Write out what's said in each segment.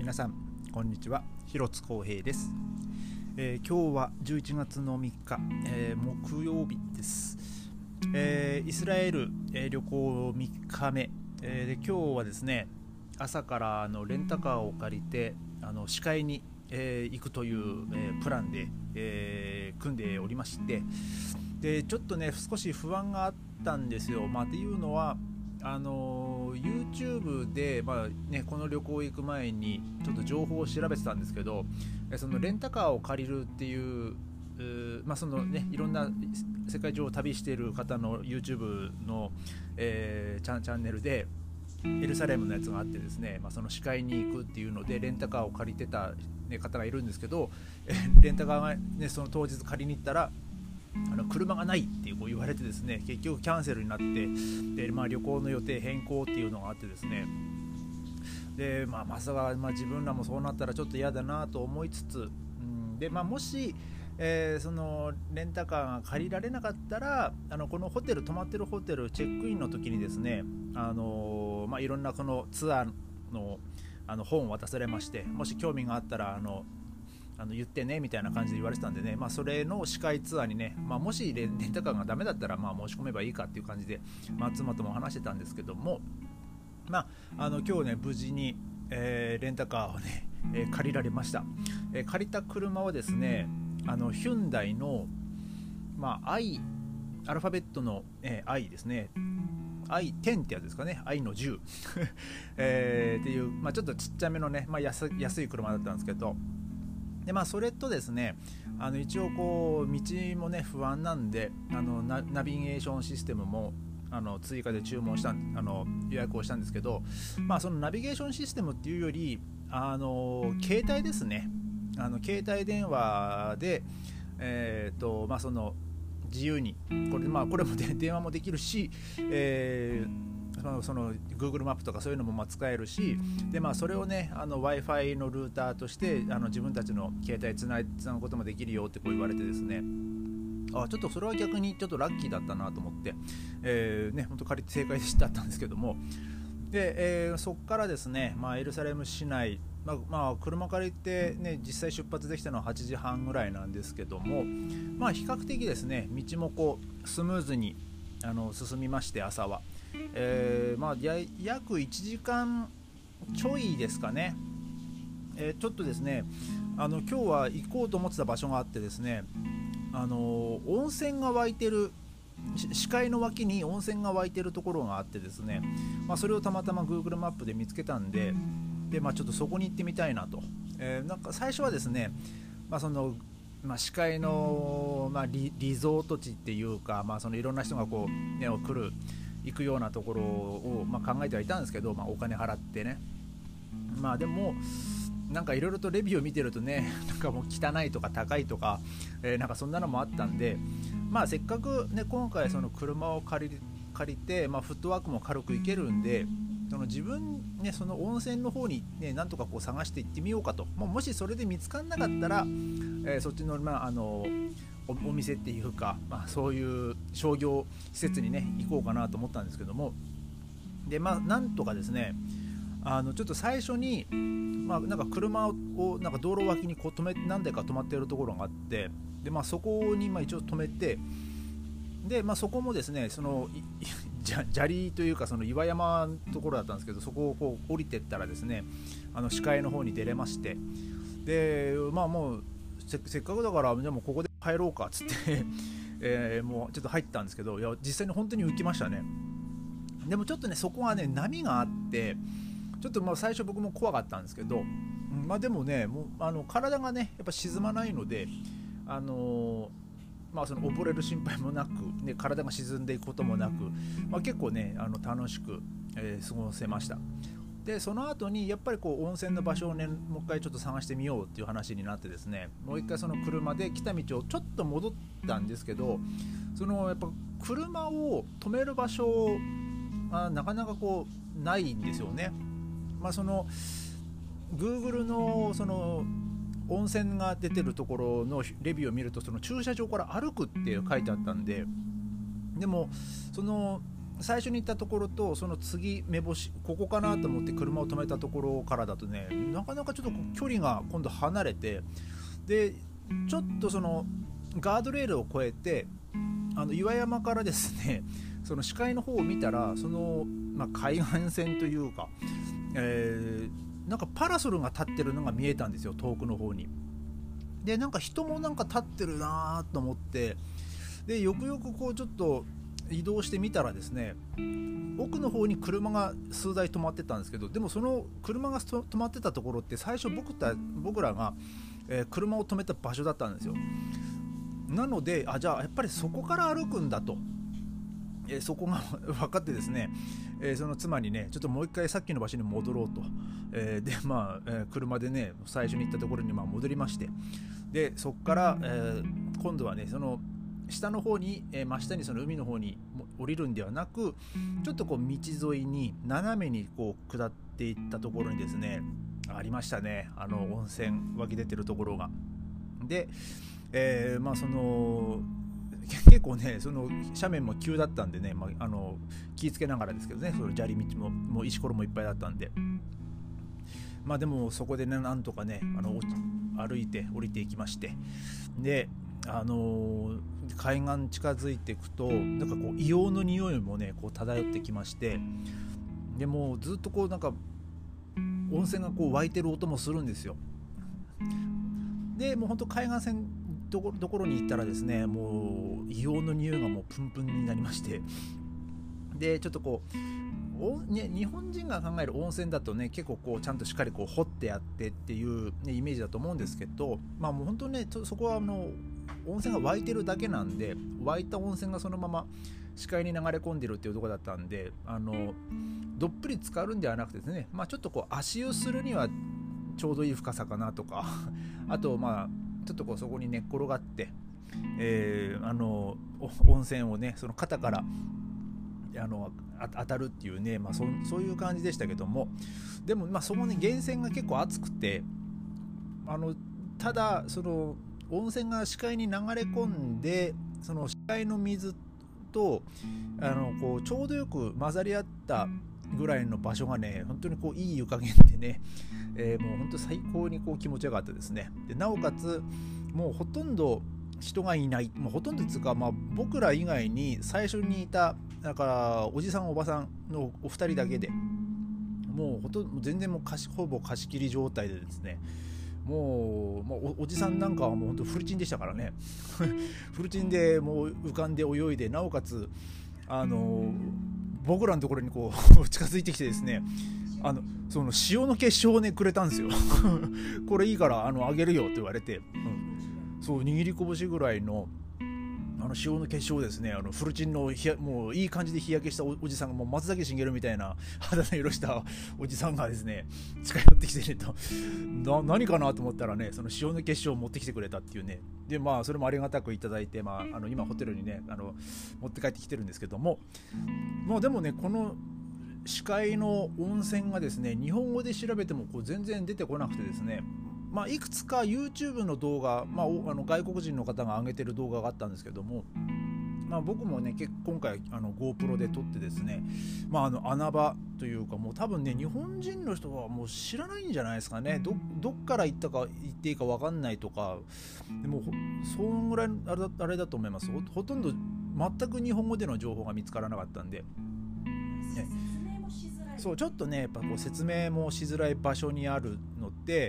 皆さんこんにちは、広津光平です。今日は11月の3日、木曜日です。イスラエル、旅行3日目、で今日はですね、朝からレンタカーを借りて視界に、行くという、プランで、組んでおりまして、でちょっとね少し不安があったんですよ。っていうのはYouTube で、この旅行行く前にちょっと情報を調べてたんですけど、そのレンタカーを借りるっていう、いろんな世界中を旅している方の YouTube の、チャンネルでエルサレムのやつがあってですね、その視界に行くっていうのでレンタカーを借りてた、方がいるんですけど、レンタカーが、その当日借りに行ったら車がないってこう言われてですね、結局キャンセルになって、で、旅行の予定変更っていうのがあってですね、で、まさか、自分らもそうなったらちょっと嫌だなと思いつつ、で、もし、そのレンタカーが借りられなかったらこのホテル、泊まってるホテルチェックインの時にですね、いろんなこのツアーの本を渡されまして、もし興味があったら言ってねみたいな感じで言われてたんでね、それの視界ツアーにね、もしレンタカーがダメだったら申し込めばいいかっていう感じで、妻とも話してたんですけども、今日ね無事に、レンタカーをね、借りられました。借りた車はですね、ヒュンダイの、I、アルファベットの、I ですね、I10 ってやつですかね、I の10、っていう、ちょっとちっちゃめのね、安い車だったんですけど、でそれとですね、一応こう道もね不安なんでナビゲーションシステムも追加で注文した予約をしたんですけど、そのナビゲーションシステムっていうより携帯ですね。携帯電話でその自由にこれも電話もできるし、その Google マップとかそういうのも使えるし、でそれをねWi-Fi のルーターとして自分たちの携帯つなぐこともできるよってこう言われてですね、ちょっとそれは逆にちょっとラッキーだったなと思って、本当借りて正解だったんですけども、で、そこからですね、エルサレム市内、車借りて、実際出発できたのは8時半ぐらいなんですけども、比較的ですね道もこうスムーズに進みまして、朝は約1時間ちょいですかね。ちょっとですね今日は行こうと思ってた場所があってですね、温泉が湧いてる、視界の脇に温泉が湧いてるところがあってですね、それをたまたま Google マップで見つけたんで、ちょっとそこに行ってみたいなと、なんか最初はですね、視界の、リゾート地っていうか、そのいろんな人がこう、行くようなところを、考えてはいたんですけど、お金払ってね、でもなんかいろいろとレビューを見てるとね、なんかもう汚いとか高いとか、なんかそんなのもあったんで、せっかくね今回その車を借りて、フットワークも軽く行けるんで、その自分ねその温泉の方にねなんとかこう探して行ってみようかと、もしそれで見つからなかったら、そっちのお店っていうか、そういう商業施設にね行こうかなと思ったんですけども、でなんとかですねちょっと最初に、なんか車をなんか道路脇にこう何台か止まっているところがあって、でそこに一応止めて、でそこもですねその砂利というかその岩山のところだったんですけど、そこをこう降りていったらですね視界の方に出れまして、でもうせっかくだからでもここで入ろうかっつってもうちょっと入ったんですけど、いや実際に本当に浮きましたね。でもちょっとねそこはね波があって、ちょっと最初僕も怖かったんですけど、でもねもう体がねやっぱ沈まないので、その溺れる心配もなく、体が沈んでいくこともなく、結構ね楽しく、過ごせました。でその後にやっぱりこう温泉の場所をねもう一回ちょっと探してみようっていう話になってですね、もう一回その車で来た道をちょっと戻ったんですけど、そのやっぱ車を止める場所がなかなかこうないんですよね。その Google のその温泉が出てるところのレビューを見ると、その駐車場から歩くって書いてあったんで、でもその最初に行ったところとその次目星ここかなと思って車を止めたところからだとね、なかなかちょっと距離が今度離れて、でちょっとそのガードレールを越えて岩山からですね、その視界の方を見たらその、海岸線というか、なんかパラソルが立ってるのが見えたんですよ、遠くの方に。でなんか人もなんか立ってるなと思って、でよくよくこうちょっと移動してみたらですね、奥の方に車が数台止まってたんですけど、でもその車が止まってたところって最初僕らが、車を止めた場所だったんですよ。なのでじゃあやっぱりそこから歩くんだと、そこが分かってですね、その妻にねちょっともう一回さっきの場所に戻ろうと、で車でね最初に行ったところに戻りまして、でそこから、今度はねその下の方に、真下にその海の方に降りるんではなく、ちょっとこう道沿いに斜めにこう下っていったところにですねありましたね、温泉湧き出てるところが。で、その結構ねその斜面も急だったんでね、気ぃつけながらですけどね、その砂利道もう石ころもいっぱいだったんで、でもそこでねなんとかね歩いて降りていきまして、で海岸近づいていくとなんかこう硫黄の匂いもねこう漂ってきまして、でもうずっとこうなんか温泉がこう湧いてる音もするんですよ。でもうほんと海岸線どころに行ったらですね、もう硫黄の匂いがもうプンプンになりまして、でちょっとこう日本人が考える温泉だとね結構こうちゃんとしっかりこう掘ってやってっていう、イメージだと思うんですけど、もう本当ねそこは温泉が湧いてるだけなんで、湧いた温泉がそのまま視界に流れ込んでるっていうところだったんで、どっぷり浸かるんではなくてですね、ちょっとこう足湯するにはちょうどいい深さかなとかあとちょっとこうそこに寝っ転がって、温泉をねその肩から当たるっていうね、そういう感じでしたけども、でもそこね源泉が結構熱くて、ただその温泉が視界に流れ込んで、その視界の水とこうちょうどよく混ざり合ったぐらいの場所がね本当にこういい湯加減でね、もう本当最高にこう気持ちよかったですね。でなおかつもうほとんど人がいない、ほとんどというか、僕ら以外に最初にいただからおじさんおばさんのお二人だけで、もう全然もうほぼ貸し切り状態でですね、もう おじさんなんかはもう本当フルチンでしたからねフルチンでもう浮かんで泳いで、なおかつ僕らのところにこう近づいてきてですね、その塩の結晶をねくれたんですよこれいいからあげるよって言われて、そう握り拳ぐらいの塩の結晶ですね、フルチンのもういい感じで日焼けした おじさんがもう松崎しげるみたいな肌の色したおじさんがですね近寄ってきてねと何かなと思ったらね、その塩の結晶を持ってきてくれたっていうね。でそれもありがたくいただいて、今ホテルにね持って帰ってきてるんですけども、でもねこの視界の温泉がですね日本語で調べてもこう全然出てこなくてですね、いくつか YouTube の動画、外国人の方が上げてる動画があったんですけども、僕もね今回GoPro で撮ってですね、穴場というかもう多分ね日本人の人はもう知らないんじゃないですかね。どっから行っていいか分かんないとか、でもそんぐらいあれだと思います。ほとんど全く日本語での情報が見つからなかったんで、そうちょっとねやっぱこう説明もしづらい場所にあるので、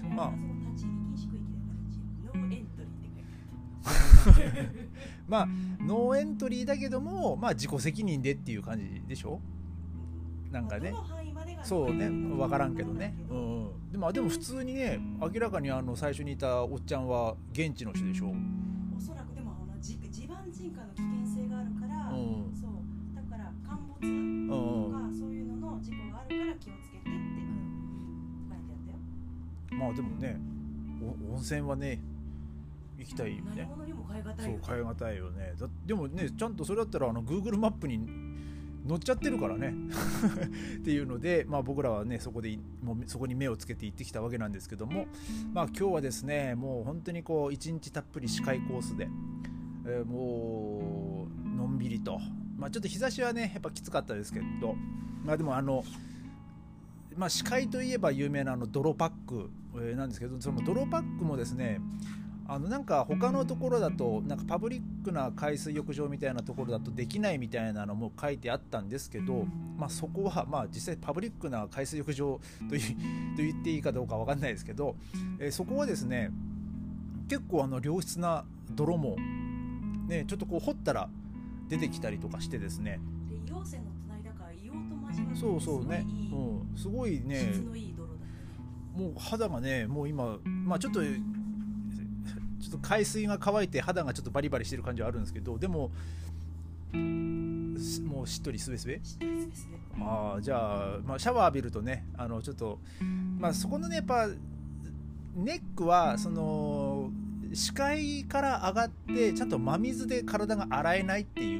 ノーエントリーだけども自己責任でっていう感じでしょ、なんかね。そうね分からんけどね、でも普通にね明らかに最初にいたおっちゃんは現地の人でしょ。 おそらくでも地盤沈下の危険性があるから、そうだから陥没とかそういうのの事故があるから気をつけてって書いてあったよ。 でもね温泉はね行きたいよね。 何物にも変え難いよね。 そう変え難いよね。でもねちゃんとそれだったらGoogle マップに載っちゃってるからねっていうので、僕らはねそこに目をつけて行ってきたわけなんですけども、今日はですねもう本当にこう1日たっぷり視界コースで、もうのんびりと、 ちょっと日差しはねやっぱきつかったですけど、でも視界といえば有名な泥パック、なんですけど、その泥パックもですねなんか他のところだとなんかパブリックな海水浴場みたいなところだとできないみたいなのも書いてあったんですけど、そこは実際パブリックな海水浴場と言っていいかどうか分かんないですけど、そこはですね結構良質な泥も、ね、ちょっとこう掘ったら出てきたりとかしてですね、 で硫黄泉の隣だから硫黄と交わってそうね、すごいね、 質のいい泥だったね。 もう肌がねもう今、ちょっと海水が乾いて肌がちょっとバリバリしてる感じはあるんですけど、でももうしっとりスベスベ。じゃあ、シャワー浴びるとねちょっとそこのねやっぱネックはその視界から上がってちゃんと真水で体が洗えないっていう、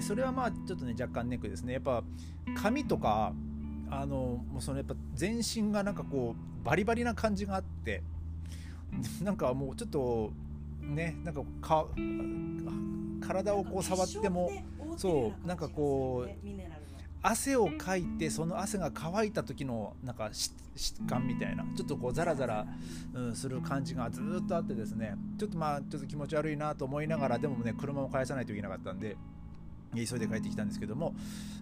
それはちょっとね若干ネックですね。やっぱ髪とかもうそのやっぱ全身がなんかこうバリバリな感じがあって、なんかもうちょっとねなんか体をこう触ってもそうなんかこう汗をかいてその汗が乾いた時のなんか質感みたいなちょっとこうザラザラする感じがずっとあってですね、ちょっと気持ち悪いなと思いながら、でもね車を返さないといけなかったんで急いで帰ってきたんですけども、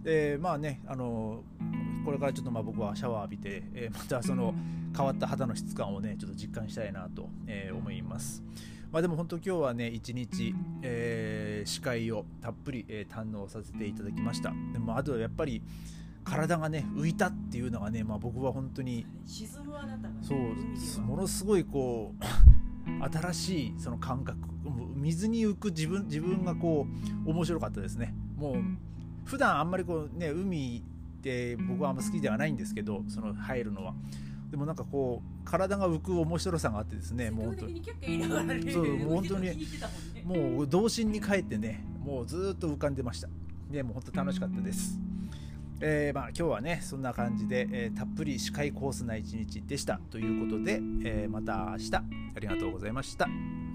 これからちょっと僕はシャワー浴びて、またその変わった肌の質感をねちょっと実感したいなと、思います。でも本当今日はね一日、視界をたっぷり、堪能させていただきました。でもあとやっぱり体がね浮いたっていうのがね、僕は本当に沈むあなたが、ね、 そうものすごいこう新しいその感覚、水に浮く自分がこう面白かったですね。もう普段あんまりこうね海って僕はあんま好きではないんですけど、その入るのはでもなんかこう体が浮く面白さがあってですね、もう本当にそうもう本当にもう童心に帰ってねもうずっと浮かんでました。でもう本当楽しかったです。今日はねそんな感じで、たっぷり視界コースな一日でしたということで、また明日ありがとうございました。